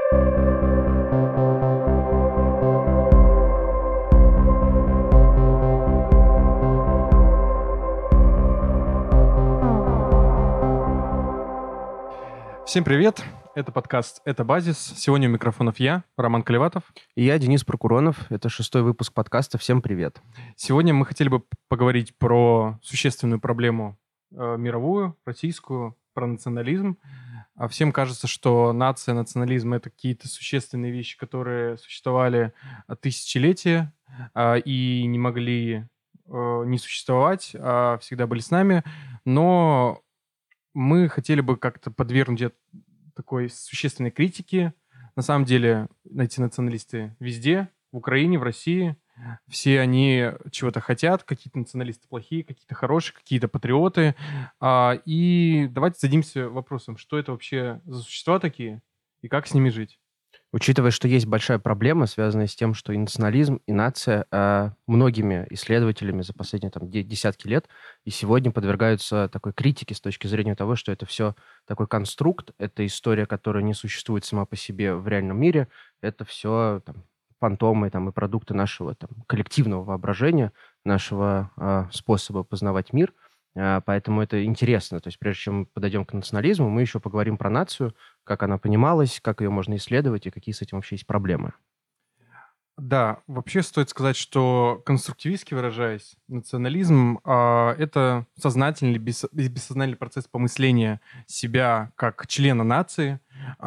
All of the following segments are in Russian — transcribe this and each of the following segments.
Всем привет! Это подкаст «Это базис». Сегодня у микрофонов я, Роман Колеватов. И я, Денис Прокуронов. Это 6-й выпуск подкаста. Всем привет. Сегодня мы хотели бы поговорить про существенную проблему мировую, российскую, про национализм. Всем кажется, что нация, национализм — это какие-то существенные вещи, которые существовали тысячелетия и не могли не существовать, а всегда были с нами. Но мы хотели бы как-то подвергнуть это такой существенной критике. На самом деле, эти националисты везде, в Украине, в России. Все они чего-то хотят, какие-то националисты плохие, какие-то хорошие, какие-то патриоты. И давайте зададимся вопросом, что это вообще за существа такие и как с ними жить. Учитывая, что есть большая проблема, связанная с тем, что и национализм, и нация многими исследователями за последние десятки лет и сегодня подвергаются такой критике с точки зрения того, что это все такой конструкт, это история, которая не существует сама по себе в реальном мире, это все фантомы и продукты нашего коллективного воображения, нашего способа познавать мир. Поэтому это интересно. То есть прежде чем мы подойдем к национализму, мы еще поговорим про нацию, как она понималась, как ее можно исследовать и какие с этим вообще есть проблемы. Да, вообще стоит сказать, что конструктивистски выражаясь, национализм это сознательный или бессознательный процесс помысления себя как члена нации.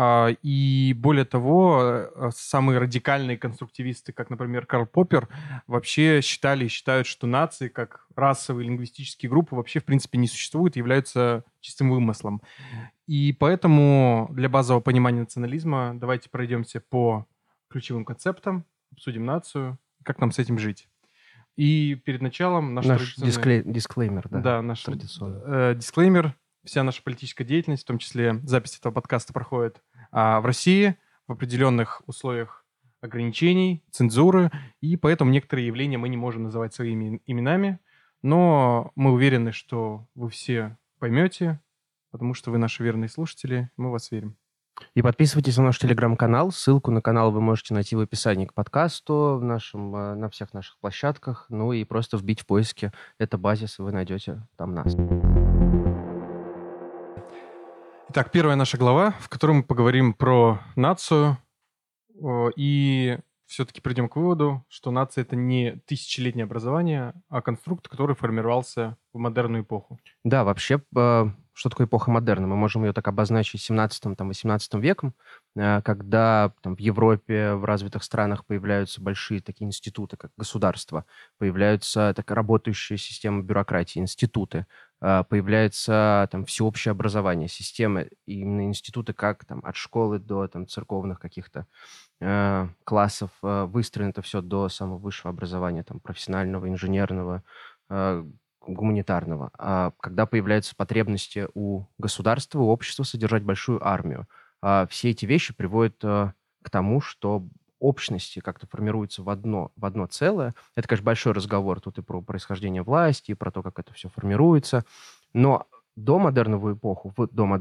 И более того, самые радикальные конструктивисты, как, например, Карл Поппер, вообще считали и считают, что нации, как расовые лингвистические группы, вообще в принципе не существуют, являются чистым вымыслом. И поэтому для базового понимания национализма давайте пройдемся по ключевым концептам, обсудим нацию, как нам с этим жить. И перед началом наш дисклеймер, да, наш традиционный. Дисклеймер. Вся наша политическая деятельность, в том числе запись этого подкаста, проходит в России в определенных условиях ограничений, цензуры, и поэтому некоторые явления мы не можем называть своими именами, но мы уверены, что вы все поймете, потому что вы наши верные слушатели, мы в вас верим. И подписывайтесь на наш телеграм-канал. Ссылку на канал вы можете найти в описании к подкасту на всех наших площадках. Ну и просто вбить в поиске «Это базис», и вы найдете там нас. Итак, первая наша глава, в которой мы поговорим про нацию, и все-таки придем к выводу, что нация — это не тысячелетнее образование, а конструкт, который формировался в модерную эпоху. Да, вообще, что такое эпоха модерна? Мы можем ее так обозначить 17-18 веком, когда в Европе, в развитых странах появляются большие такие институты, как государство, появляются работающие системы бюрократии, институты, появляется всеобщее образование, системы, именно институты, как от школы до церковных каких-то классов, выстроено это все до самого высшего образования, профессионального, инженерного, гуманитарного. Когда появляются потребности у государства, у общества содержать большую армию, все эти вещи приводят к тому, что общности как-то формируются в одно целое. Это, конечно, большой разговор тут и про происхождение власти, и про то, как это все формируется. Но в домодерновую эпоху,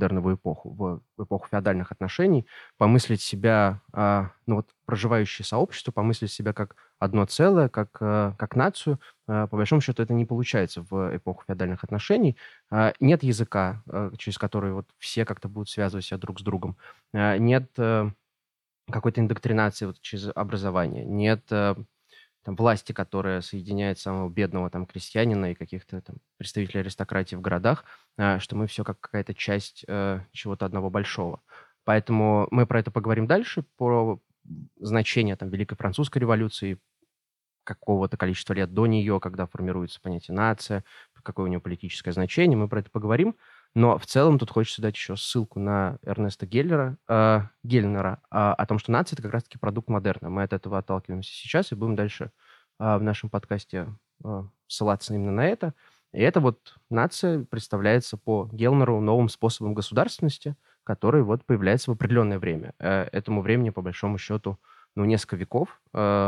в эпоху феодальных отношений, помыслить себя, проживающее сообщество, помыслить себя как одно целое, как нацию, по большому счету это не получается в эпоху феодальных отношений. Нет языка, через который все как-то будут связывать себя друг с другом. Нет какой-то индоктринации через образование. Нет власти, которая соединяет самого бедного крестьянина и каких-то представителей аристократии в городах, что мы все как какая-то часть чего-то одного большого. Поэтому мы про это поговорим дальше, про значение Великой Французской революции, какого-то количества лет до нее, когда формируется понятие нация, какое у нее политическое значение, мы про это поговорим. Но в целом тут хочется дать еще ссылку на Эрнеста Гельнера о том, что нация — это как раз-таки продукт модерна. Мы от этого отталкиваемся сейчас и будем дальше в нашем подкасте ссылаться именно на это. И эта нация представляется по Гельнеру новым способом государственности, который появляется в определенное время. Этому времени, по большому счету, несколько веков,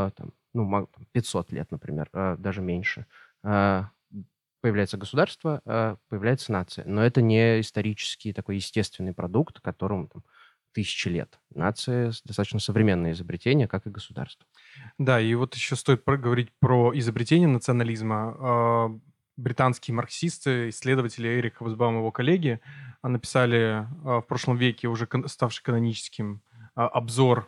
500 лет, например, даже меньше. Появляется государство, появляется нация. Но это не исторический такой естественный продукт, которому тысячи лет. Нация достаточно современное изобретение, как и государство. Да, и вот еще стоит говорить про изобретение национализма. Британские марксисты, исследователи Эрик Хобсбаум и его коллеги написали в прошлом веке, уже ставший каноническим, обзор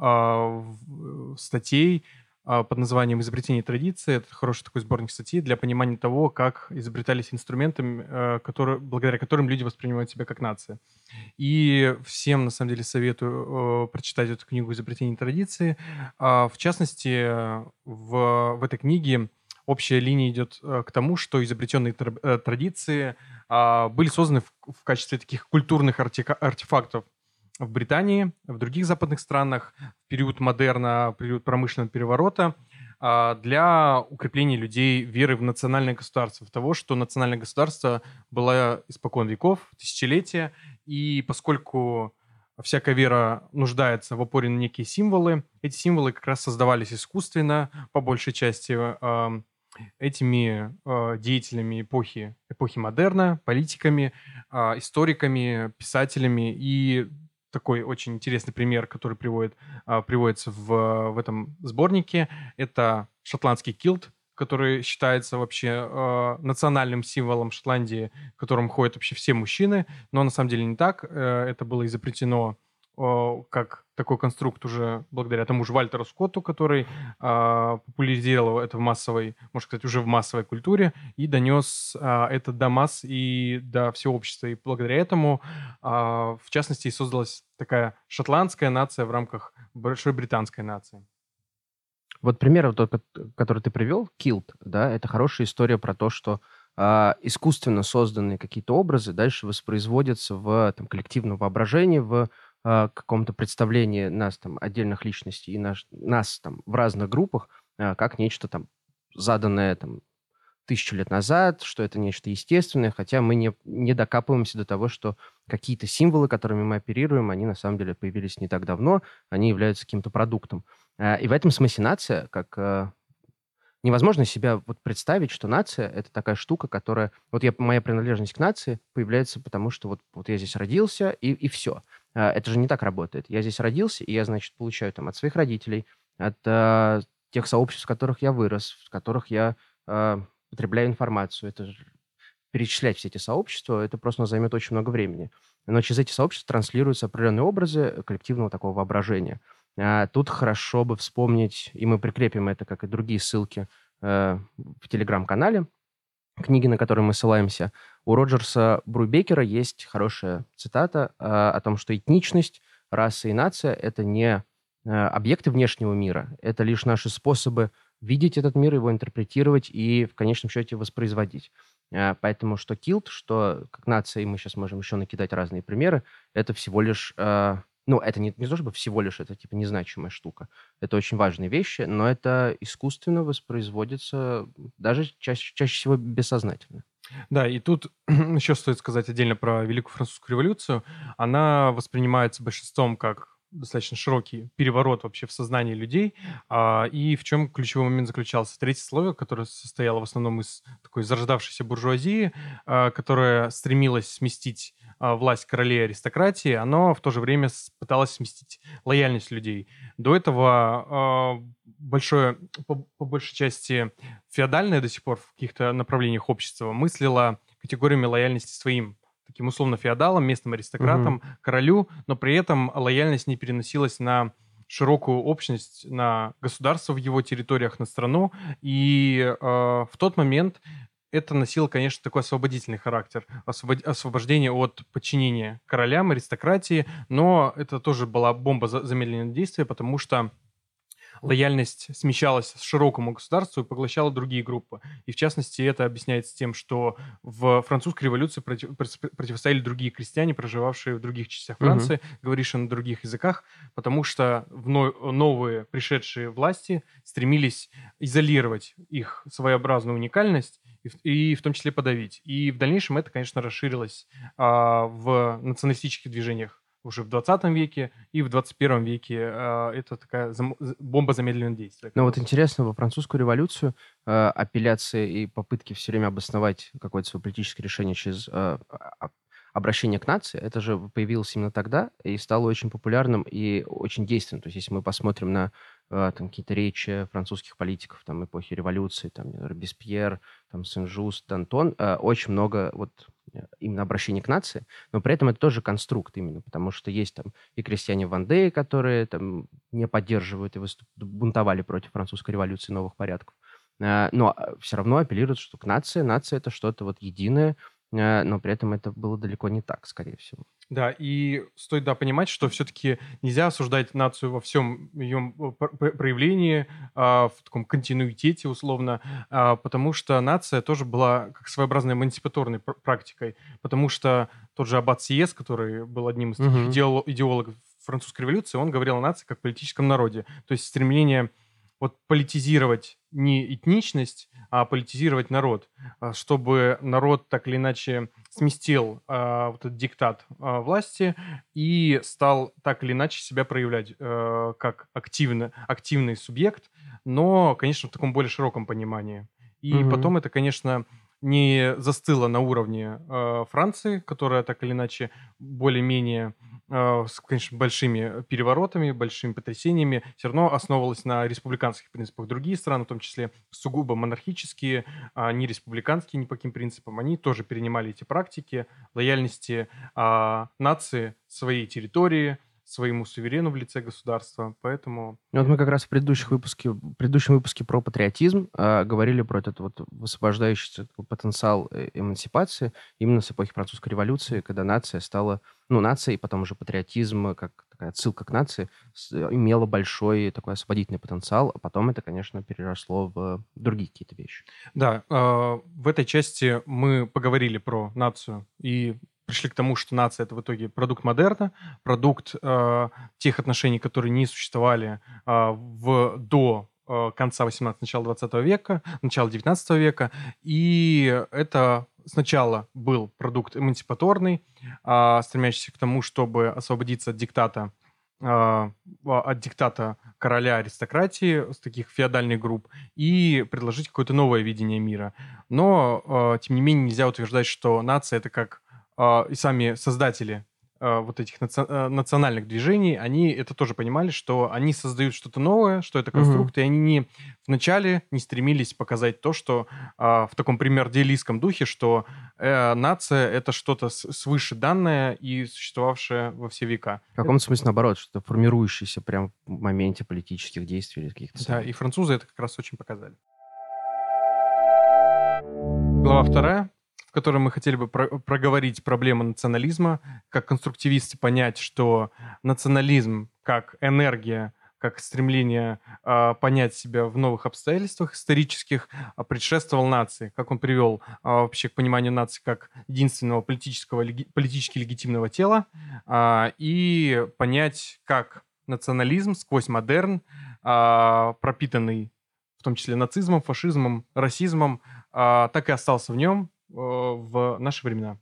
статей под названием «Изобретение традиции». Это хороший такой сборник статей для понимания того, как изобретались инструменты, благодаря которым люди воспринимают себя как нация. И всем, на самом деле, советую прочитать эту книгу «Изобретение традиции». В частности, в этой книге общая линия идет к тому, что изобретенные традиции были созданы в качестве таких культурных артефактов в Британии, в других западных странах в период модерна, в период промышленного переворота для укрепления людей веры в национальное государство, в того, что национальное государство было испокон веков, тысячелетия, и поскольку всякая вера нуждается в опоре на некие символы, эти символы как раз создавались искусственно, по большей части, этими деятелями эпохи модерна, политиками, историками, писателями. И такой очень интересный пример, который приводится в этом сборнике, это шотландский килт, который считается вообще национальным символом Шотландии, в котором ходят вообще все мужчины, но на самом деле не так. Это было изобретено как такой конструкт уже благодаря тому же Вальтеру Скотту, который популяризировал это можно сказать, уже в массовой культуре и донес это до масс и до всего общества. И благодаря этому, в частности, и создалась такая шотландская нация в рамках большой британской нации. Вот пример, который ты привел, килт, да, это хорошая история про то, что искусственно созданные какие-то образы дальше воспроизводятся в коллективном воображении, в каком-то представлении нас, отдельных личностей и нас в разных группах, как нечто заданное 1000 лет назад, что это нечто естественное, хотя мы не докапываемся до того, что какие-то символы, которыми мы оперируем, они на самом деле появились не так давно, они являются каким-то продуктом. И в этом смысле нация, невозможно себя представить, что нация — это такая штука, которая... моя принадлежность к нации появляется потому, что вот я здесь родился, и все. Это же не так работает. Я здесь родился, и я, значит, получаю от своих родителей, от тех сообществ, в которых я вырос, в которых я потребляю информацию. Перечислять все эти сообщества, это просто займет очень много времени. Но через эти сообщества транслируются определенные образы коллективного такого воображения. Тут хорошо бы вспомнить, и мы прикрепим это, как и другие ссылки, в Телеграм-канале, книги, на которые мы ссылаемся. У Роджерса Брубекера есть хорошая цитата о том, что этничность, раса и нация — это не объекты внешнего мира, это лишь наши способы видеть этот мир, его интерпретировать и в конечном счете воспроизводить. Поэтому что килт, что как нация, и мы сейчас можем еще накидать разные примеры, это всего лишь... это не то чтобы всего лишь, это незначимая штука. Это очень важные вещи, но это искусственно воспроизводится даже чаще всего бессознательно. Да, и тут еще стоит сказать отдельно про Великую Французскую революцию. Она воспринимается большинством как достаточно широкий переворот вообще в сознании людей. И в чем ключевой момент заключался? Третье слой, которое состояло в основном из такой зарождавшейся буржуазии, которая стремилась сместить власть королей и аристократии, оно в то же время пыталось сместить лояльность людей. До этого по большей части феодальное до сих пор в каких-то направлениях общества мыслило категориями лояльности своим таким условно феодалам, местным аристократам, королю, но при этом лояльность не переносилась на широкую общность, на государство в его территориях, на страну. И в тот момент это носило, конечно, такой освободительный характер, освобождение от подчинения королям, аристократии, но это тоже была бомба замедленного действия, потому что лояльность смещалась к широкому государству и поглощала другие группы. И, в частности, это объясняется тем, что в французской революции противостояли другие крестьяне, проживавшие в других частях Франции, говорившие на других языках, потому что новые пришедшие власти стремились изолировать их своеобразную уникальность и в том числе подавить. И в дальнейшем это, конечно, расширилось в националистических движениях уже в 20 веке и в 21 веке. Это такая бомба замедленного действия. Но интересно, во французскую революцию апелляции и попытки все время обосновать какое-то свое политическое решение через обращение к нации, это же появилось именно тогда и стало очень популярным и очень действенным. То есть если мы посмотрим на там какие-то речи французских политиков там, эпохи революции, там, Робеспьер, там, Сен-Жуст, Д'Антон, очень много вот именно обращений к нации, но при этом это тоже конструкт именно, потому что есть там и крестьяне в Вандее, которые там не поддерживают и бунтовали против французской революции новых порядков, но все равно апеллируют, что к нации, нация это что-то вот единое, но при этом это было далеко не так, скорее всего. Да, и стоит, да, понимать, что все-таки нельзя осуждать нацию во всем ее проявлении, в таком континуитете условно, потому что нация тоже была как своеобразной эмансипаторной практикой, потому что тот же Аббат Сиес, который был одним из таких идеологов французской революции, он говорил о нации как политическом народе, то есть стремление вот политизировать не этничность, а политизировать народ, чтобы народ так или иначе сместил вот этот диктат власти и стал так или иначе себя проявлять как активный субъект, но, конечно, в таком более широком понимании. И потом это, конечно, не застыло на уровне Франции, которая так или иначе более-менее с, конечно, большими переворотами, большими потрясениями, все равно основывалась на республиканских принципах. Другие страны, в том числе сугубо монархические, не республиканские ни по каким принципам, они тоже перенимали эти практики лояльности нации, своей территории, своему суверену в лице государства. Поэтому... Вот мы как раз в предыдущем выпуске про патриотизм говорили про этот вот высвобождающийся потенциал эмансипации именно с эпохи французской революции, когда нация стала, нация и потом уже патриотизм, как такая отсылка к нации, имела большой такой освободительный потенциал, а потом это, конечно, переросло в другие какие-то вещи. Да, в этой части мы поговорили про нацию и пришли к тому, что нация — это в итоге продукт модерна, продукт тех отношений, которые не существовали до конца 18-го, начала 20 века, начала 19 века. И это сначала был продукт эмансипаторный, стремящийся к тому, чтобы освободиться от диктата короля аристократии, с таких феодальных групп, и предложить какое-то новое видение мира. Но, тем не менее, нельзя утверждать, что нация — это как и сами создатели вот этих национальных движений, они это тоже понимали, что они создают что-то новое, что это конструкт, и они вначале не стремились показать то, что в таком примердиалистском духе, что нация — это что-то свыше данное и существовавшее во все века. В каком-то смысле наоборот, что-то формирующееся прямо в моменте политических действий или каких-то Да, событий. и французы это как раз очень показали. Глава 2, в которой мы хотели бы проговорить проблему национализма, как конструктивисты понять, что национализм как энергия, как стремление понять себя в новых обстоятельствах исторических, предшествовал нации, как он привел вообще к пониманию нации как единственного политически легитимного тела, и понять, как национализм сквозь модерн, пропитанный в том числе нацизмом, фашизмом, расизмом, так и остался в нем в наши времена.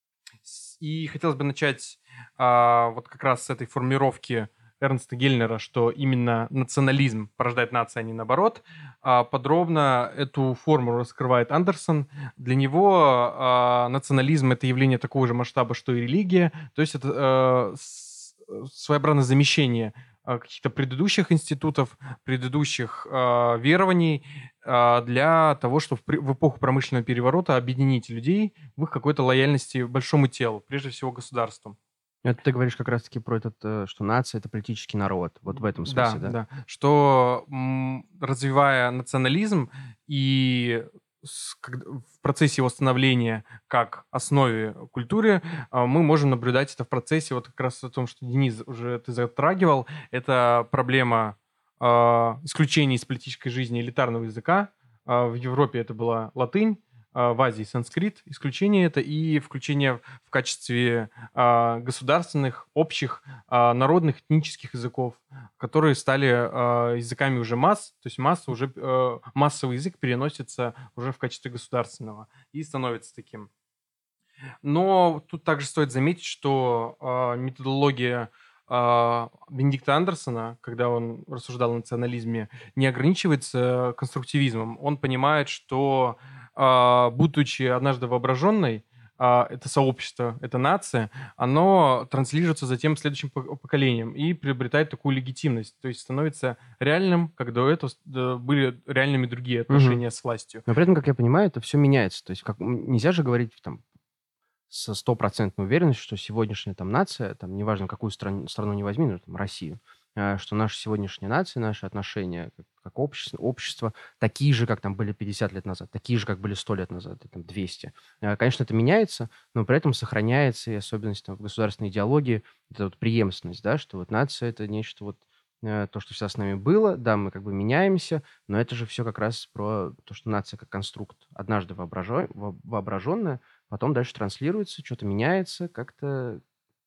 И хотелось бы начать вот как раз с этой формулировки Эрнста Гельнера, что именно национализм порождает нации, а не наоборот. Подробно эту формулу раскрывает Андерсон. Для него национализм — это явление такого же масштаба, что и религия, то есть это своеобразное замещение каких-то предыдущих институтов, предыдущих верований для того, чтобы в эпоху промышленного переворота объединить людей в их какой-то лояльности большому телу, прежде всего государству. Это ты говоришь как раз-таки про этот, что нация — это политический народ. Вот в этом смысле, да? Да. Что развивая национализм и в процессе его становления как основе культуры, мы можем наблюдать это в процессе, вот как раз о том, что Денис уже ты затрагивал, это проблема исключения из политической жизни элитарного языка. В Европе это была латынь, в Азии санскрит, исключение это, и включение в качестве государственных, общих, народных, этнических языков, которые стали языками уже масс, то есть массовый язык переносится уже в качестве государственного и становится таким. Но тут также стоит заметить, что методология Бенедикта Андерсона, когда он рассуждал о национализме, не ограничивается конструктивизмом. Он понимает, что, будучи однажды воображенной, это сообщество, это нация, оно транслируется затем следующим поколениям и приобретает такую легитимность, то есть становится реальным, как до этого были реальными другие Мгм. отношения с властью. Но при этом, как я понимаю, это все меняется. То есть нельзя же говорить там со стопроцентной уверенностью, что сегодняшняя там нация, там неважно, какую страну не возьми, ну, там, Россию, что наша сегодняшняя нация, наши отношения как общество такие же, как там были 50 лет назад, такие же, как были 100 лет назад, и, там, 200. Конечно, это меняется, но при этом сохраняется и особенность там, в государственной идеологии, эта вот преемственность, да, что вот нация — это нечто вот то, что всегда с нами было, да, мы как бы меняемся, но это же все как раз про то, что нация как конструкт однажды воображенная, потом дальше транслируется, что-то меняется, как-то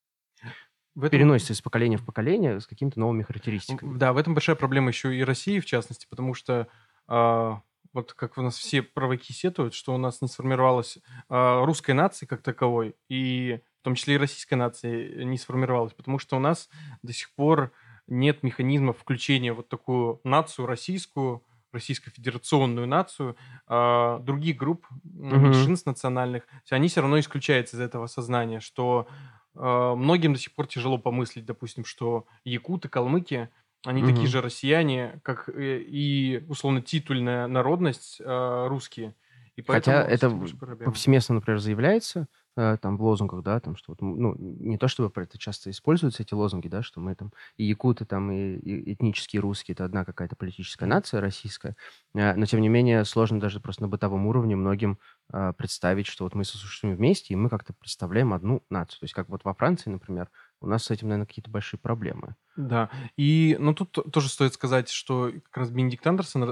В этом переносится из поколения в поколение с какими-то новыми характеристиками. Да, в этом большая проблема еще и России, в частности, потому что вот как у нас все праваки сетуют, что у нас не сформировалась русской нации как таковой, и в том числе и российской нации не сформировалась, потому что у нас до сих пор нет механизмов включения вот такую нацию российскую, российско-федерационную нацию, других групп, Мгм. меньшинств национальных, они все равно исключаются из этого сознания, что многим до сих пор тяжело помыслить, допустим, что якуты, калмыки, они такие Мгм. же россияне, как и условно титульная народность русские. И Хотя поэтому с это этим большая проблема. повсеместно, например, заявляется там в лозунгах, да, там, что вот, ну, не то чтобы про это часто используются эти лозунги, да, что мы там и якуты, там, и этнические русские, это одна какая-то политическая Мгм. нация российская, но, тем не менее, сложно даже просто на бытовом уровне многим представить, что вот мы сосуществуем вместе, и мы как-то представляем одну нацию. То есть как вот во Франции, например, у нас с этим, наверное, какие-то большие проблемы. Да, и, ну, тут тоже стоит сказать, что как раз Бенедикт Андерсон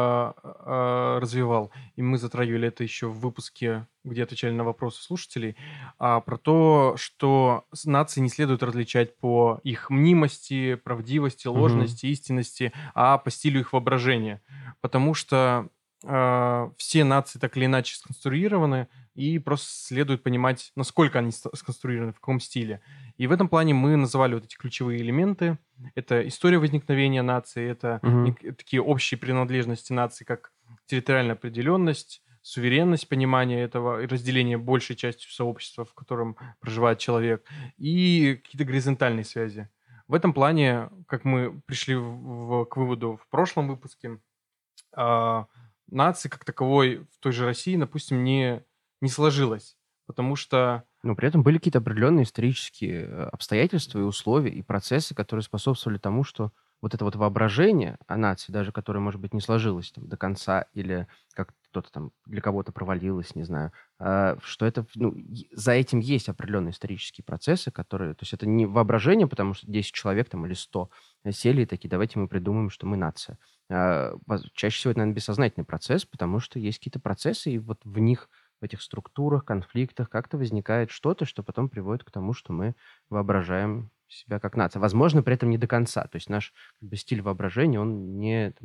развивал, и мы затрагивали это еще в выпуске, где отвечали на вопросы слушателей, про то, что нации не следует различать по их мнимости, правдивости, Мгм. ложности, истинности, а по стилю их воображения. Потому что все нации так или иначе сконструированы, и просто следует понимать, насколько они сконструированы, в каком стиле. И в этом плане мы называли вот эти ключевые элементы. Это история возникновения нации, это Мгм. такие общие принадлежности нации, как территориальная определенность, суверенность понимания этого и разделение большей частью сообщества, в котором проживает человек, и какие-то горизонтальные связи. В этом плане, как мы пришли к выводу в прошлом выпуске, а, нации как таковой в той же России, допустим, не сложилось, потому что Но при этом были какие-то определенные исторические обстоятельства и условия, и процессы, которые способствовали тому, что вот это вот воображение о нации, даже которое, может быть, не сложилось там до конца или как кто-то там для кого-то провалилось, не знаю, что это, ну, за этим есть определенные исторические процессы, которые, то есть это не воображение, потому что 10 человек там или 100 сели и такие, давайте мы придумаем, что мы нация. Чаще всего это, наверное, бессознательный процесс, потому что есть какие-то процессы, и вот в них в этих структурах, конфликтах как-то возникает что-то, что потом приводит к тому, что мы воображаем себя как нация. Возможно, при этом не до конца. То есть наш как бы, стиль воображения, он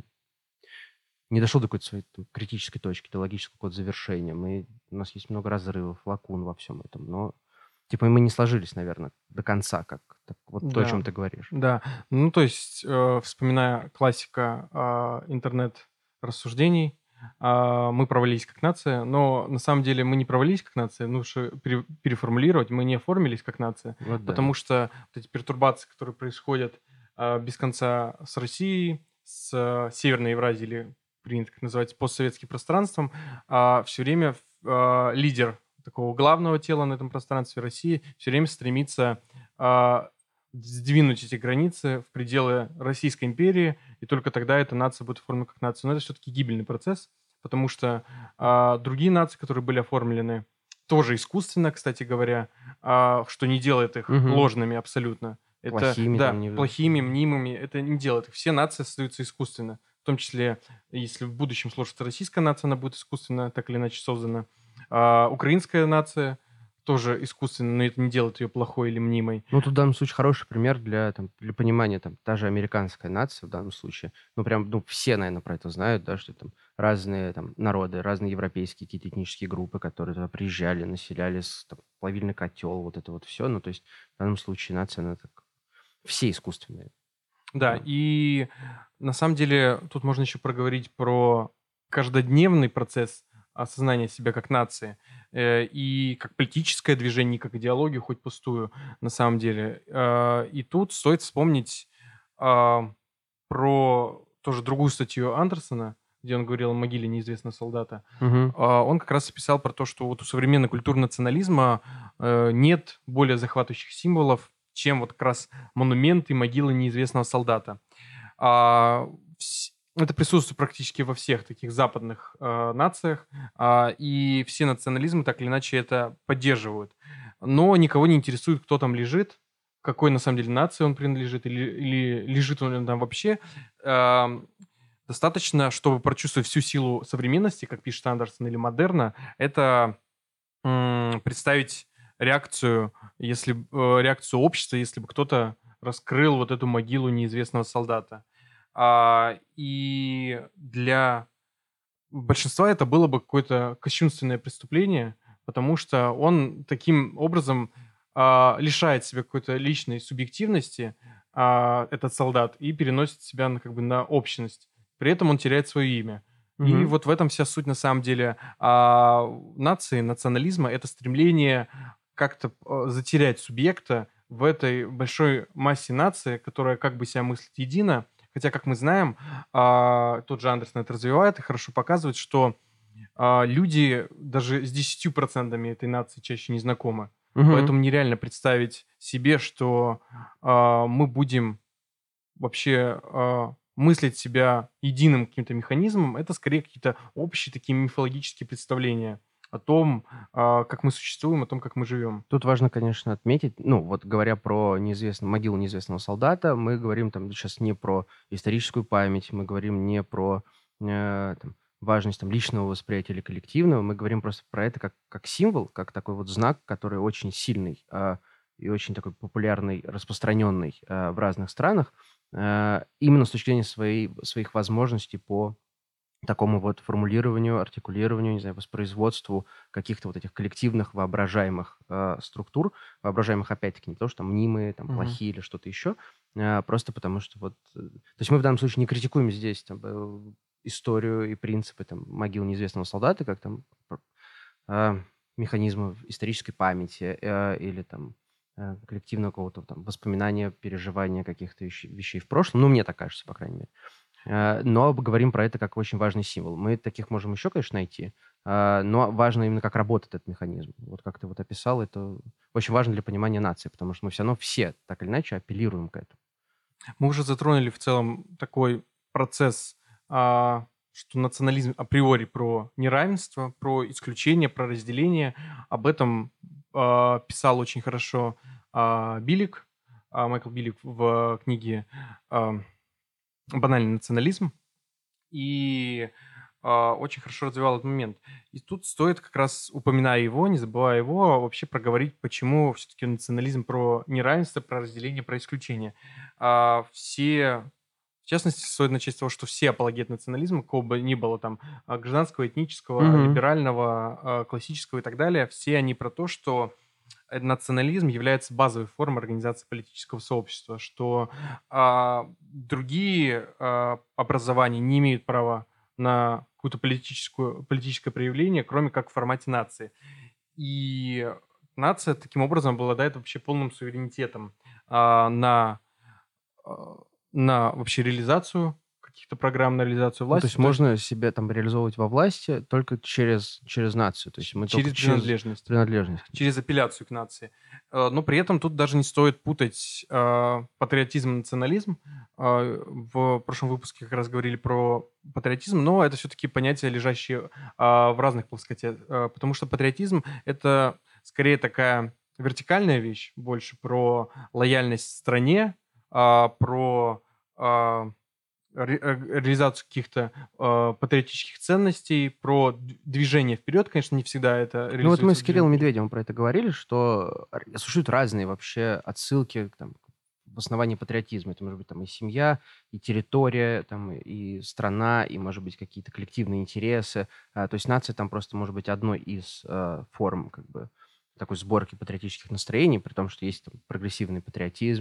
не дошел до какой-то своей там, критической точки, до логического какого-то завершения. У нас есть много разрывов, лакун во всем этом. Но типа мы не сложились, наверное, до конца, как вот то, о чем да, ты говоришь. да. Ну, то есть, вспоминая классика интернет-рассуждений, мы провалились как нация, но на самом деле мы не провалились как нация, лучше переформулировать, мы не оформились как нация, Вот да. потому что вот эти пертурбации, которые происходят без конца с Россией, с Северной Евразией, или принято как называть постсоветским пространством, все время лидер такого главного тела на этом пространстве России все время стремится а, сдвинуть эти границы в пределы Российской империи, и только тогда эта нация будет оформлена как нация. Но это все-таки гибельный процесс, потому что другие нации, которые были оформлены тоже искусственно, кстати говоря, что не делает их Мгм. ложными абсолютно. Это, Плохими да, там не... плохими, мнимыми, это не делает их. Все нации создаются искусственно. В том числе, если в будущем сложится российская нация, она будет искусственно так или иначе создана. Украинская нация тоже искусственно, но это не делает ее плохой или мнимой. Ну, тут в данном случае хороший пример для понимания, там, та же американская нация в данном случае. Ну, прям, ну, все, наверное, про это знают, да, что там разные там народы, разные европейские какие-то этнические группы, которые туда приезжали, населяли там, плавильный котел, вот это вот все. Ну, то есть в данном случае нация, она так... Все искусственные. Да, Да. и на самом деле тут можно еще проговорить про каждодневный процесс осознания себя как нации и как политическое движение, и как идеологию, хоть пустую, на самом деле. И тут стоит вспомнить а, про тоже другую статью Андерсона, где он говорил о могиле неизвестного солдата. Мгм. Он как раз описал про то, что вот у современной культуры национализма нет более захватывающих символов, чем вот как раз монументы, могилы неизвестного солдата. А, Это присутствует практически во всех таких западных нациях, и все национализмы так или иначе это поддерживают. Но никого не интересует, кто там лежит, какой на самом деле нации он принадлежит, или лежит он там вообще. Ам, Достаточно, чтобы прочувствовать всю силу современности, как пишет Андерсон, или модерна, это представить реакцию общества, если бы кто-то раскрыл вот эту могилу неизвестного солдата. И для большинства это было бы какое-то кощунственное преступление, потому что он таким образом лишает себя какой-то личной субъективности, этот солдат, и переносит себя как бы на общность. При этом он теряет свое имя. И Мгм. вот в этом вся суть на самом деле нации, национализма. Это стремление как-то затерять субъекта в этой большой массе нации, которая как бы себя мыслит едино. Хотя, как мы знаем, тот же Андерсон это развивает и хорошо показывает, что люди даже с 10% этой нации чаще не знакомы. Мгм. Поэтому нереально представить себе, что мы будем вообще мыслить себя единым каким-то механизмом. Это скорее какие-то общие такие мифологические представления о том, как мы существуем, о том, как мы живем. Тут важно, конечно, отметить, ну, вот говоря про могилу неизвестного солдата, мы говорим там сейчас не про историческую память, мы говорим не про там, важность там, личного восприятия или коллективного, мы говорим просто про это как символ, как такой вот знак, который очень сильный и очень такой популярный, распространенный в разных странах, именно с точки зрения своих возможностей по такому вот формулированию, артикулированию, не знаю, воспроизводству каких-то вот этих коллективных воображаемых структур, воображаемых, опять-таки, не то, что там мнимые, там, Мгм. плохие или что-то еще, просто потому что вот... То есть мы в данном случае не критикуем здесь там, историю и принципы там, могил неизвестного солдата, как там э, механизмы исторической памяти или там коллективного какого-то там воспоминания, переживания каких-то вещей в прошлом. Ну, мне так кажется, по крайней мере. Но говорим про это как очень важный символ. Мы таких можем еще, конечно, найти, но важно именно, как работает этот механизм. Вот как ты вот описал, это очень важно для понимания нации, потому что мы все равно все так или иначе апеллируем к этому. Мы уже затронули в целом такой процесс, что национализм априори про неравенство, про исключение, про разделение. Об этом писал очень хорошо Билик, Майкл Билик в книге а, «Банальный национализм». И очень хорошо развивал этот момент. И тут стоит как раз, упоминая его, не забывая его, вообще проговорить, почему все-таки национализм про неравенство, про разделение, про исключение. В частности, стоит начать с того, что все апологеты национализма, какого бы ни было там гражданского, этнического, Мгм. либерального, классического и так далее, все они про то, что национализм является базовой формой организации политического сообщества, что другие образования не имеют права на какое-то политическое проявление, кроме как в формате нации. И нация таким образом обладает вообще полным суверенитетом на, а, на вообще реализацию каких-то программ, на реализацию Ну, то власти, есть то есть можно себя там реализовывать во власти только через нацию, то есть мы только через через принадлежность. принадлежность. Через апелляцию к нации. Но при этом тут даже не стоит путать патриотизм и национализм. В прошлом выпуске как раз говорили про патриотизм, но это все-таки понятия, лежащие в разных плоскостях. Потому что патриотизм — это скорее такая вертикальная вещь, больше про лояльность стране, про а, реализацию каких-то патриотических ценностей, про движение вперед. Конечно, не всегда это Ну вот мы реализуется с в движении Кириллом вперед. Медведевым про это говорили, что существуют разные вообще отсылки там, в основании патриотизма. Это может быть там и семья, и территория, там, и страна, и, может быть, какие-то коллективные интересы. То есть нация там просто может быть одной из форм как бы такой сборки патриотических настроений, при том, что есть там, прогрессивный патриотизм,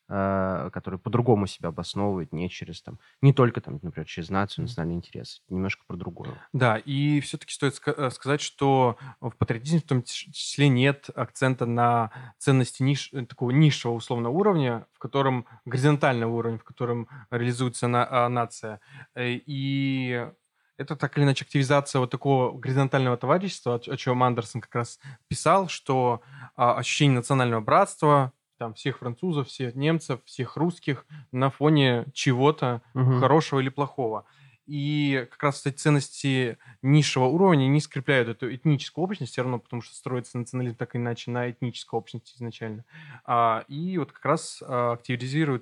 который по-другому себя обосновывает, не только, там, например, через нацию, национальный интерес. Немножко про другое. Да, и все-таки стоит сказать, что в патриотизме в том числе нет акцента на ценности такого низшего условно уровня, в котором горизонтальный уровень, в котором реализуется нация. И это так или иначе активизация вот такого горизонтального товарищества, о чем Андерсон как раз писал, что ощущение национального братства, там, всех французов, всех немцев, всех русских на фоне чего-то хорошего или плохого. И как раз эти ценности низшего уровня не скрепляют эту этническую общность все равно, потому что строится национализм так или иначе на этнической общности изначально. И вот как раз активизирует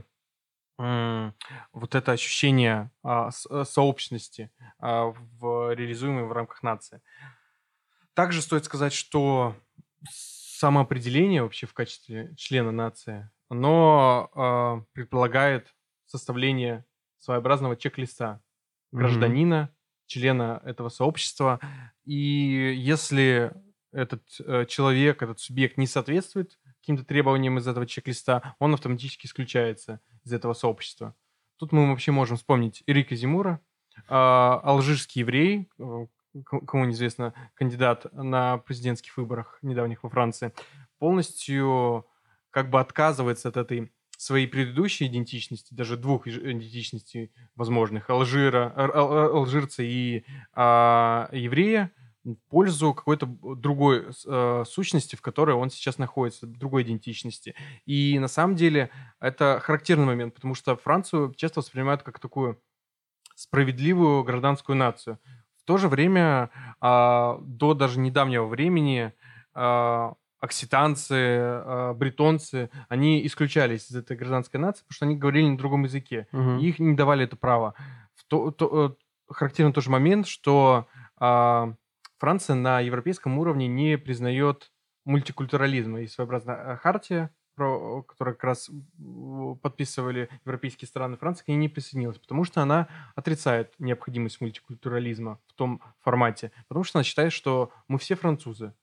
вот это ощущение сообщности, реализуемое в рамках нации. Также стоит сказать, что самоопределение вообще в качестве члена нации, оно предполагает составление своеобразного чек-листа гражданина, члена этого сообщества. И если этот человек, этот субъект не соответствует каким-то требованиям из этого чек-листа, он автоматически исключается из этого сообщества. Тут мы вообще можем вспомнить Эрика Земура, алжирский еврей, кому неизвестно, кандидат на президентских выборах недавних во Франции, полностью как бы отказывается от этой своей предыдущей идентичности, даже двух идентичностей возможных, алжирца и еврея, в пользу какой-то другой сущности, в которой он сейчас находится, другой идентичности. И на самом деле это характерный момент, потому что Францию часто воспринимают как такую справедливую гражданскую нацию. В то же время до даже недавнего времени окситанцы, бретонцы, они исключались из этой гражданской нации, потому что они говорили на другом языке, и их не давали это право. Характерный тоже момент, что Франция на европейском уровне не признает мультикультурализм. Есть своеобразная хартия, которую как раз подписывали европейские страны. Франция к ней не присоединилась, потому что она отрицает необходимость мультикультурализма в том формате, потому что она считает, что мы все французы,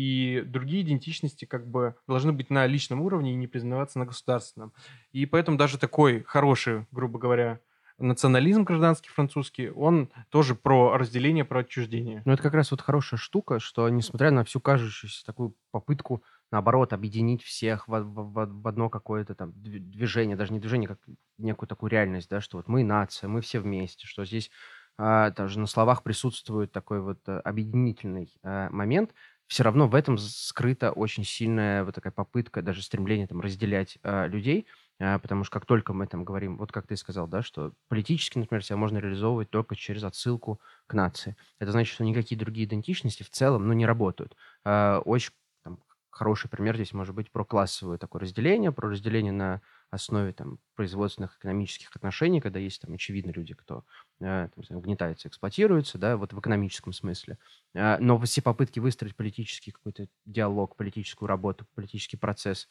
и другие идентичности как бы должны быть на личном уровне и не признаваться на государственном. И поэтому даже такой хороший, грубо говоря, национализм гражданский французский, он тоже про разделение, про отчуждение. Ну, это как раз вот хорошая штука, что несмотря на всю кажущуюся такую попытку, наоборот, объединить всех в одно какое-то там движение, даже не движение, как некую такую реальность, да, что вот мы нация, мы все вместе, что здесь даже на словах присутствует такой вот объединительный момент, все равно в этом скрыта очень сильная вот такая попытка, даже стремление там разделять людей, потому что как только мы там говорим, вот как ты сказал, да, что политически, например, себя можно реализовывать только через отсылку к нации. Это значит, что никакие другие идентичности в целом, ну, не работают. Очень там, хороший пример здесь может быть про классовое такое разделение, про разделение на основе там, производственных экономических отношений, когда есть там очевидно люди, кто там, угнетается, эксплуатируется, да, вот в экономическом смысле. Но все попытки выстроить политический какой-то диалог, политическую работу, политический процесс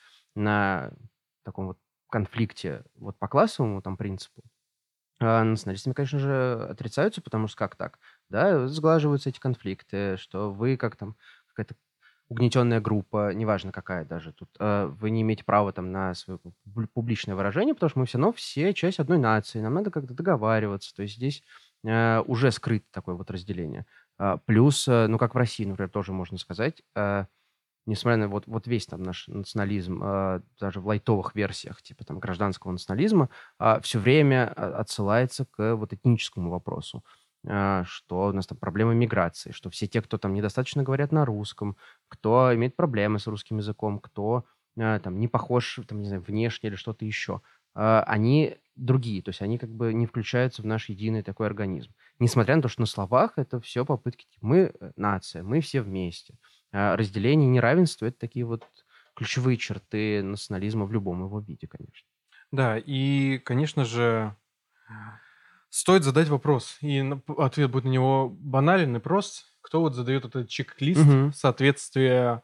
на таком вот конфликте вот по классовому там принципу, националистами, конечно же, отрицаются, потому что как так? Да, сглаживаются эти конфликты, что вы как там какая-то угнетенная группа, неважно какая даже тут, вы не имеете права там на свое публичное выражение, потому что мы все равно все часть одной нации, нам надо как-то договариваться, то есть здесь уже скрыто такое вот разделение. Плюс, ну как в России, например, тоже можно сказать, несмотря на вот весь там наш национализм, даже в лайтовых версиях, типа там гражданского национализма, все время отсылается к вот этническому вопросу, что у нас там проблема миграции, что все те, кто там недостаточно говорят на русском, кто имеет проблемы с русским языком, кто там не похож, там, не знаю, внешне или что-то еще, они другие, то есть они как бы не включаются в наш единый такой организм. Несмотря на то, что на словах это все попытки, типа, мы нация, мы все вместе. Разделение и неравенство – это такие вот ключевые черты национализма в любом его виде, конечно. Да, и, конечно же, стоит задать вопрос, и ответ будет на него банален и прост. Кто вот задает этот чек-лист соответствия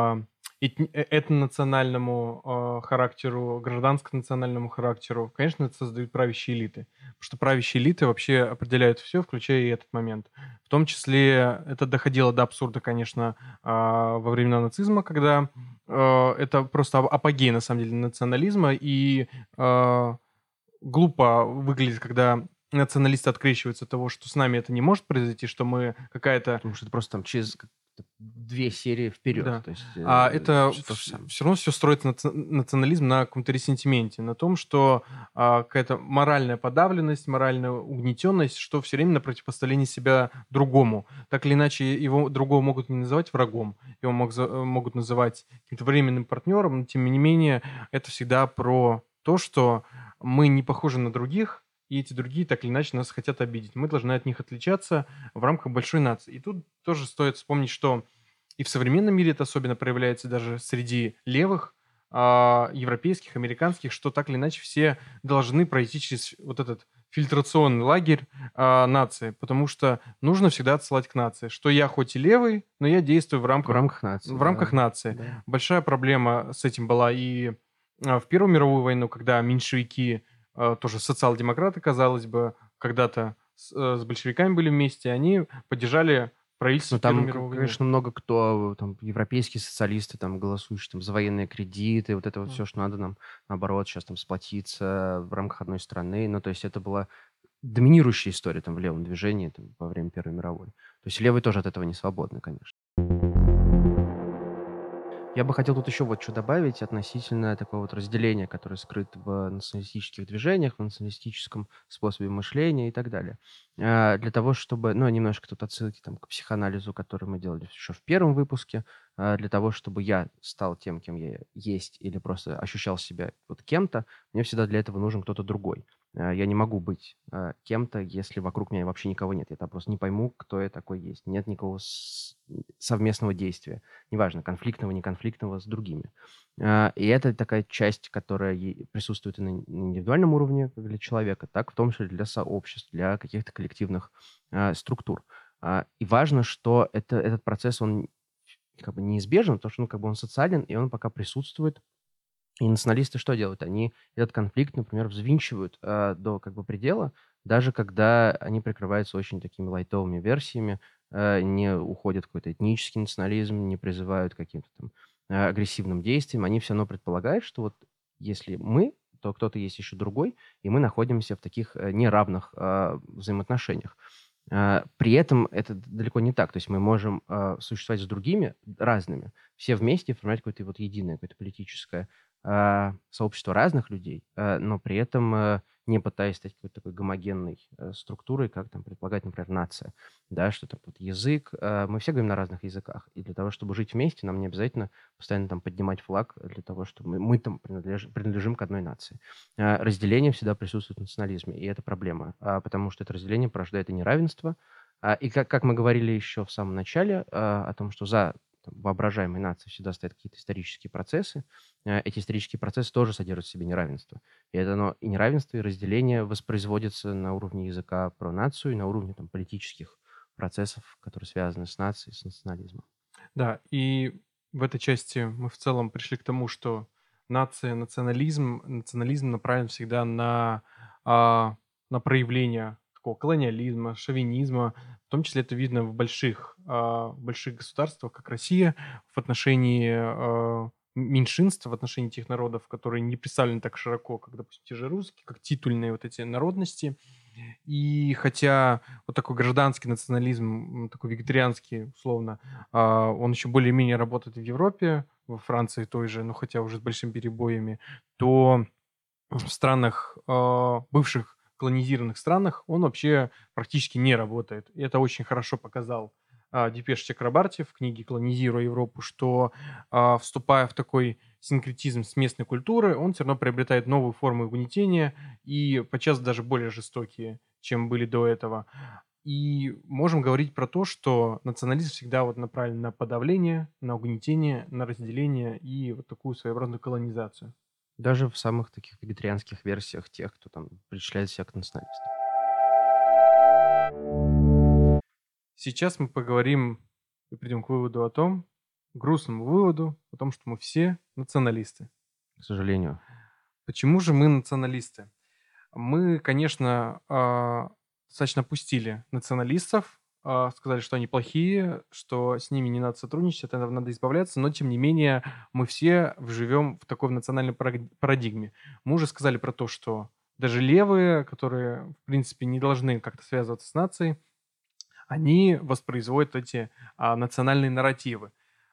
этнонациональному характеру, гражданско-национальному характеру? Конечно, это создают правящие элиты. Потому что правящие элиты вообще определяют все, включая и этот момент. В том числе это доходило до абсурда, конечно, во времена нацизма, когда это просто апогей, на самом деле, национализма, и глупо выглядит, когда националисты открещиваются от того, что с нами это не может произойти, что мы какая-то... Потому что это просто там через 2 серии вперед. Да. То есть А это всё то же самое. все равно все строится национализм на каком-то ресентименте, на том, что какая-то моральная подавленность, моральная угнетенность, что все время на противопоставлении себя другому. Так или иначе, его другого могут не называть врагом, его могут называть каким-то временным партнером, но тем не менее, это всегда про то, что мы не похожи на других, и эти другие так или иначе нас хотят обидеть. Мы должны от них отличаться в рамках большой нации. И тут тоже стоит вспомнить, что и в современном мире это особенно проявляется даже среди левых, европейских, американских, что так или иначе все должны пройти через вот этот фильтрационный лагерь нации, потому что нужно всегда отсылать к нации, что я хоть и левый, но я действую в В рамках, рамках нации, в рамках да. нации. Да. Большая проблема с этим была и в Первую мировую войну, когда меньшевики, тоже социал-демократы, казалось бы, когда-то с большевиками были вместе, они поддержали правительство Ну, в Первую там, мировую войну. конечно, много кто, там, европейские социалисты, там, голосующие там, за военные кредиты, вот это вот все, что надо нам, наоборот, сейчас там сплотиться в рамках одной страны. Ну, то есть это была доминирующая история там в левом движении там, во время Первой мировой. То есть левые тоже от этого не свободны, конечно. Я бы хотел тут еще вот что добавить относительно такого вот разделения, которое скрыто в националистических движениях, в националистическом способе мышления и так далее. Для того, чтобы, ну, немножко тут отсылки там, к психоанализу, который мы делали еще в первом выпуске, для того, чтобы я стал тем, кем я есть, или просто ощущал себя вот кем-то, мне всегда для этого нужен кто-то другой. Я не могу быть кем-то, если вокруг меня вообще никого нет. Я там просто не пойму, кто я такой есть. Нет никакого совместного действия. Неважно, конфликтного, неконфликтного с другими. И это такая часть, которая присутствует и на индивидуальном уровне как для человека, так в том числе для сообществ, для каких-то коллективных структур. И важно, что этот процесс, он как бы неизбежен, потому что ну, как бы он социален, и он пока присутствует. И националисты что делают? Они этот конфликт, например, взвинчивают до как бы предела, даже когда они прикрываются очень такими лайтовыми версиями, не уходят в какой-то этнический национализм, не призывают к каким-то там агрессивным действиям. Они все равно предполагают, что вот если мы, то кто-то есть еще другой, и мы находимся в таких неравных взаимоотношениях. При этом это далеко не так. То есть мы можем существовать с другими, разными, все вместе формировать какое-то вот единое, какое-то политическое сообщество разных людей, но при этом не пытаясь стать какой-то такой гомогенной структурой, как там предполагает, например, нация, да, что там вот язык, мы все говорим на разных языках, и для того, чтобы жить вместе, нам не обязательно постоянно там поднимать флаг для того, чтобы мы там принадлежим к одной нации. Разделение всегда присутствует в национализме, и это проблема, потому что это разделение порождает и неравенство, и как мы говорили еще в самом начале о том, что за там, воображаемой нации всегда стоят какие-то исторические процессы, эти исторические процессы тоже содержат в себе неравенство. И это оно, и неравенство, и разделение воспроизводятся на уровне языка про нацию и на уровне там, политических процессов, которые связаны с нацией, с национализмом. Да, и в этой части мы в целом пришли к тому, что нация, национализм направлен всегда на проявление такого колониализма, шовинизма. В том числе это видно в больших государствах, как Россия, в отношении меньшинств, в отношении тех народов, которые не представлены так широко, как, допустим, те же русские, как титульные вот эти народности. И хотя вот такой гражданский национализм, такой вегетарианский, условно, он еще более-менее работает в Европе, во Франции той же, но хотя уже с большими перебоями, то в странах, бывших колонизированных странах он вообще практически не работает. И это очень хорошо показал Дипеш Чакрабарти в книге «Колонизируя Европу», что, вступая в такой синкретизм с местной культурой, он все равно приобретает новые формы угнетения и подчас даже более жестокие, чем были до этого. И можем говорить про то, что национализм всегда вот направлен на подавление, на угнетение, на разделение и вот такую своеобразную колонизацию. Даже в самых таких вегетарианских версиях тех, кто там причисляет себя к националистам. Сейчас мы поговорим и придем к выводу о том, грустному выводу о том, что мы все националисты. К сожалению. Почему же мы националисты? Мы, конечно, достаточно пустили националистов сказали, что они плохие, что с ними не надо сотрудничать, от этого надо избавляться, но тем не менее мы все живем в такой национальной парадигме. Мы уже сказали про то, что даже левые, которые, в принципе, не должны как-то связываться с нацией, они воспроизводят эти национальные нарративы.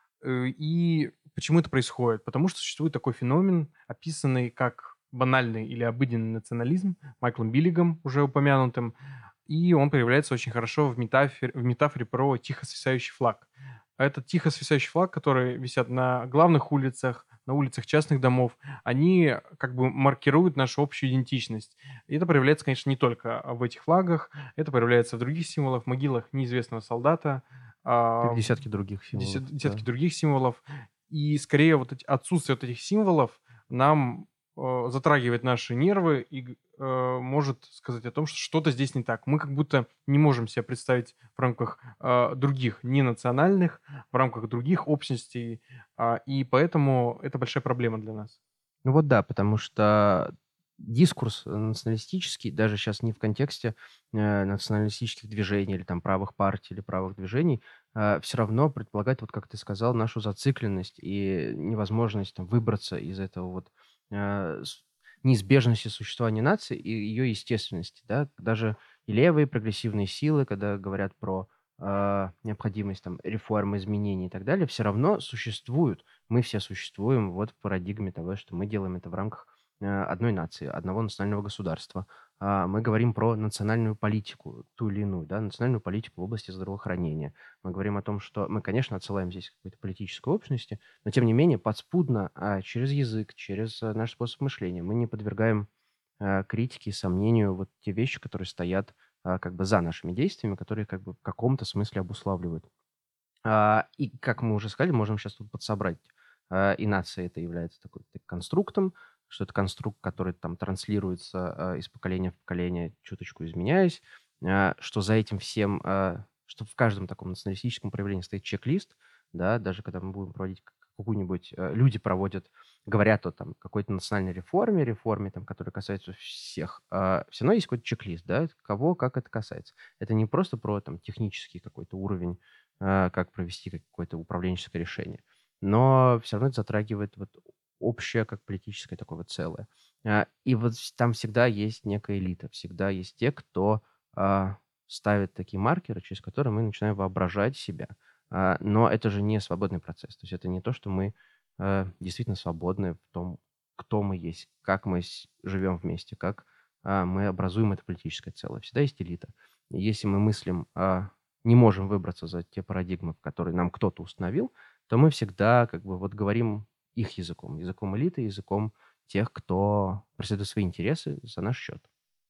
И почему это происходит? Потому что существует такой феномен, описанный как банальный или обыденный национализм Майклом Биллигом, уже упомянутым, и он проявляется очень хорошо в метафоре про тихо свисающий флаг. Этот тихо свисающий флаг, который висят на главных улицах, на улицах частных домов, они как бы маркируют нашу общую идентичность. И это проявляется, конечно, не только в этих флагах, это проявляется в других символах, в могилах неизвестного солдата, И в а, десятки других символов, десятки да. других символов. И скорее отсутствие вот этих символов нам затрагивает наши нервы и может сказать о том, что что-то здесь не так. Мы как будто не можем себя представить в рамках других ненациональных, в рамках других общностей, и поэтому это большая проблема для нас. Ну вот да, потому что дискурс националистический, даже сейчас не в контексте националистических движений или там правых партий или правых движений, все равно предполагает, вот как ты сказал, нашу зацикленность и невозможность там, выбраться из этого вот э, с- неизбежности существования нации и ее естественности. Да? Даже и левые прогрессивные силы, когда говорят про необходимость там, реформ, изменений и так далее, все равно существуют. Мы все существуем вот в парадигме того, что мы делаем это в рамках одной нации, одного национального государства. Мы говорим про национальную политику, ту или иную, да, национальную политику в области здравоохранения. Мы говорим о том, что мы, конечно, отсылаем здесь к какой-то политической общности, но, тем не менее, подспудно, через язык, через наш способ мышления мы не подвергаем критике и сомнению вот те вещи, которые стоят как бы за нашими действиями, которые как бы в каком-то смысле обуславливают. И, как мы уже сказали, можем сейчас тут подсобрать. И нация это является такой конструктом, что это конструкт, который там транслируется из поколения в поколение, чуточку изменяясь, что за этим всем, что в каждом таком националистическом проявлении стоит чек-лист, да, даже когда мы будем проводить какую-нибудь, люди проводят, говорят о там какой-то национальной реформе, там, которая касается всех, все равно есть какой-то чек-лист, да, кого, как это касается. Это не просто про там технический какой-то уровень, как провести какое-то управленческое решение. Но все равно это затрагивает вот общее, как политическое такое вот целое. И вот там всегда есть некая элита, всегда есть те, кто ставит такие маркеры, через которые мы начинаем воображать себя. Но это же не свободный процесс. То есть это не то, что мы действительно свободны в том, кто мы есть, как мы живем вместе, как мы образуем это политическое целое. Всегда есть элита. И если мы мыслим не можем выбраться за те парадигмы, в которые нам кто-то установил, то мы всегда как бы вот говорим их языком, языком элиты, языком тех, кто преследует свои интересы за наш счет.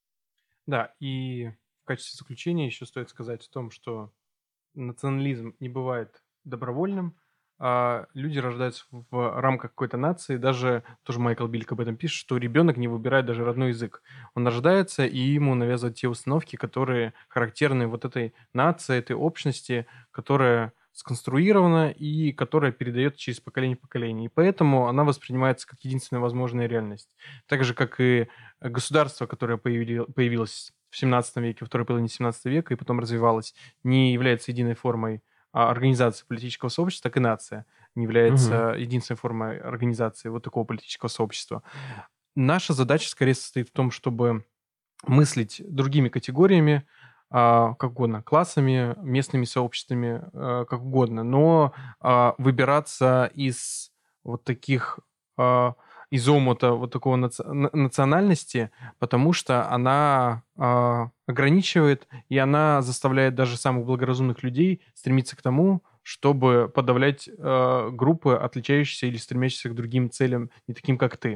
Да, и в качестве заключения еще стоит сказать о том, что национализм не бывает добровольным, люди рождаются в рамках какой-то нации. Даже тоже Майкл Биллик об этом пишет, что ребенок не выбирает даже родной язык. Он рождается, и ему навязывают те установки, которые характерны вот этой нации, этой общности, которая сконструирована и которая передает через поколение в поколение. И поэтому она воспринимается как единственная возможная реальность. Так же, как и государство, которое появилось в 17 веке, во второй половине 17 века и потом развивалось, не является единой формой организации политического сообщества, так и нация не Мгм. является единственной формой организации вот такого политического сообщества. Наша задача скорее состоит в том, чтобы мыслить другими категориями, как угодно, классами, местными сообществами, как угодно, но выбираться из вот таких, а, из омута вот такого национальности, потому что она ограничивает, и она заставляет даже самых благоразумных людей стремиться к тому, чтобы подавлять группы, отличающиеся или стремящиеся к другим целям, не таким, как ты.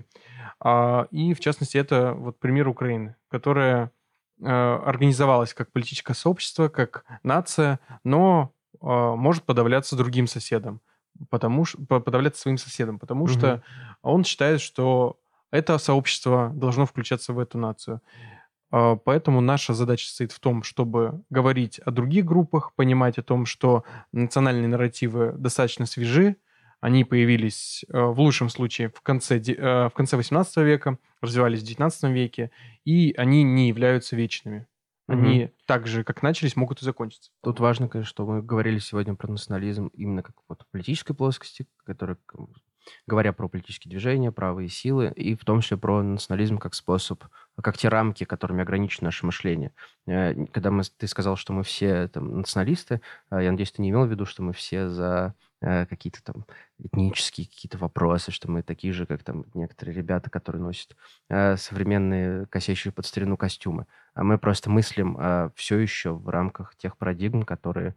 И, в частности, это вот пример Украины, которая организовалась как политическое сообщество, как нация, но может подавляться другим соседом, подавляться своим соседом, потому Мгм. что он считает, что это сообщество должно включаться в эту нацию. Поэтому наша задача состоит в том, чтобы говорить о других группах, понимать о том, что национальные нарративы достаточно свежи, они появились в лучшем случае в конце 18 века, развивались в 19 веке, и они не являются вечными. Они так же, как начались, могут и закончиться. Тут важно, конечно, что мы говорили сегодня про национализм именно как вот в политической плоскости, который, говоря про политические движения, правые силы, и в том числе про национализм как способ, как те рамки, которыми ограничено наше мышление. Когда ты сказал, что мы все там националисты, я надеюсь, ты не имел в виду, что мы все за какие-то там этнические какие-то вопросы, что мы такие же, как там некоторые ребята, которые носят современные косящие под старину костюмы. А мы просто мыслим все еще в рамках тех парадигм, которые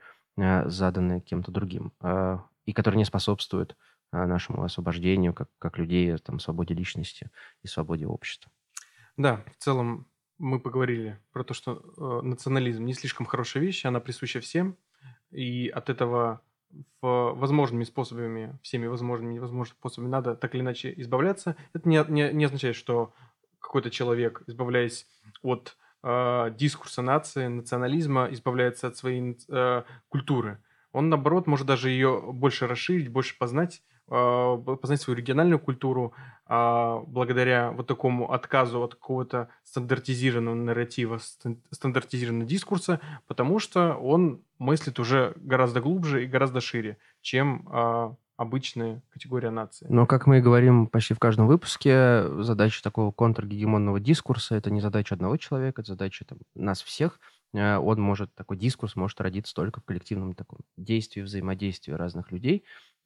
заданы кем-то другим, и которые не способствуют нашему освобождению как людей, там, свободе личности и свободе общества. Да, в целом мы поговорили про то, что национализм не слишком хорошая вещь, она присуща всем, и от этого возможными способами, всеми возможными и невозможными способами надо так или иначе избавляться. Это не означает, что какой-то человек, избавляясь от дискурса нации, национализма, избавляется от своей культуры. Он, наоборот, может даже ее больше расширить, больше познать свою региональную культуру благодаря вот такому отказу от какого-то стандартизированного нарратива, стандартизированного дискурса, потому что он мыслит уже гораздо глубже и гораздо шире, чем обычная категория нации. Но, как мы и говорим почти в каждом выпуске, задача такого контргегемонного дискурса – это не задача одного человека, это задача нас всех. Такой дискурс может родиться только в коллективном таком действии, взаимодействии разных людей.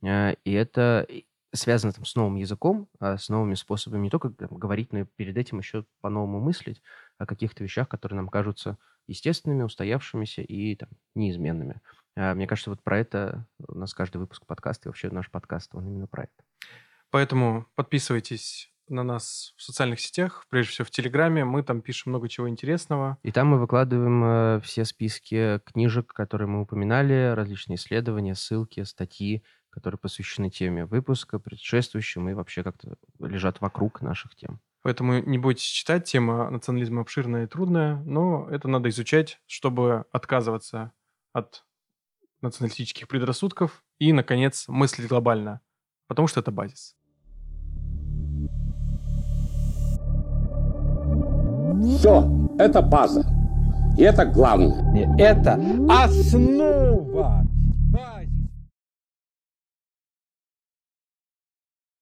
И это связано с новым языком, с новыми способами не только говорить, но и перед этим еще по-новому мыслить о каких-то вещах, которые нам кажутся естественными, устоявшимися и неизменными. Мне кажется, вот про это у нас каждый выпуск подкаста, и вообще наш подкаст, он именно про это. Поэтому подписывайтесь на нас в социальных сетях, прежде всего в Телеграме. Мы там пишем много чего интересного. И там мы выкладываем все списки книжек, которые мы упоминали, различные исследования, ссылки, статьи, которые посвящены теме выпуска, предшествующим и вообще как-то лежат вокруг наших тем. Поэтому не бойтесь читать, тема национализма обширная и трудная, но это надо изучать, чтобы отказываться от националистических предрассудков и, наконец, мыслить глобально, потому что это базис. Все, это база. И это главное. Это основа. Базис.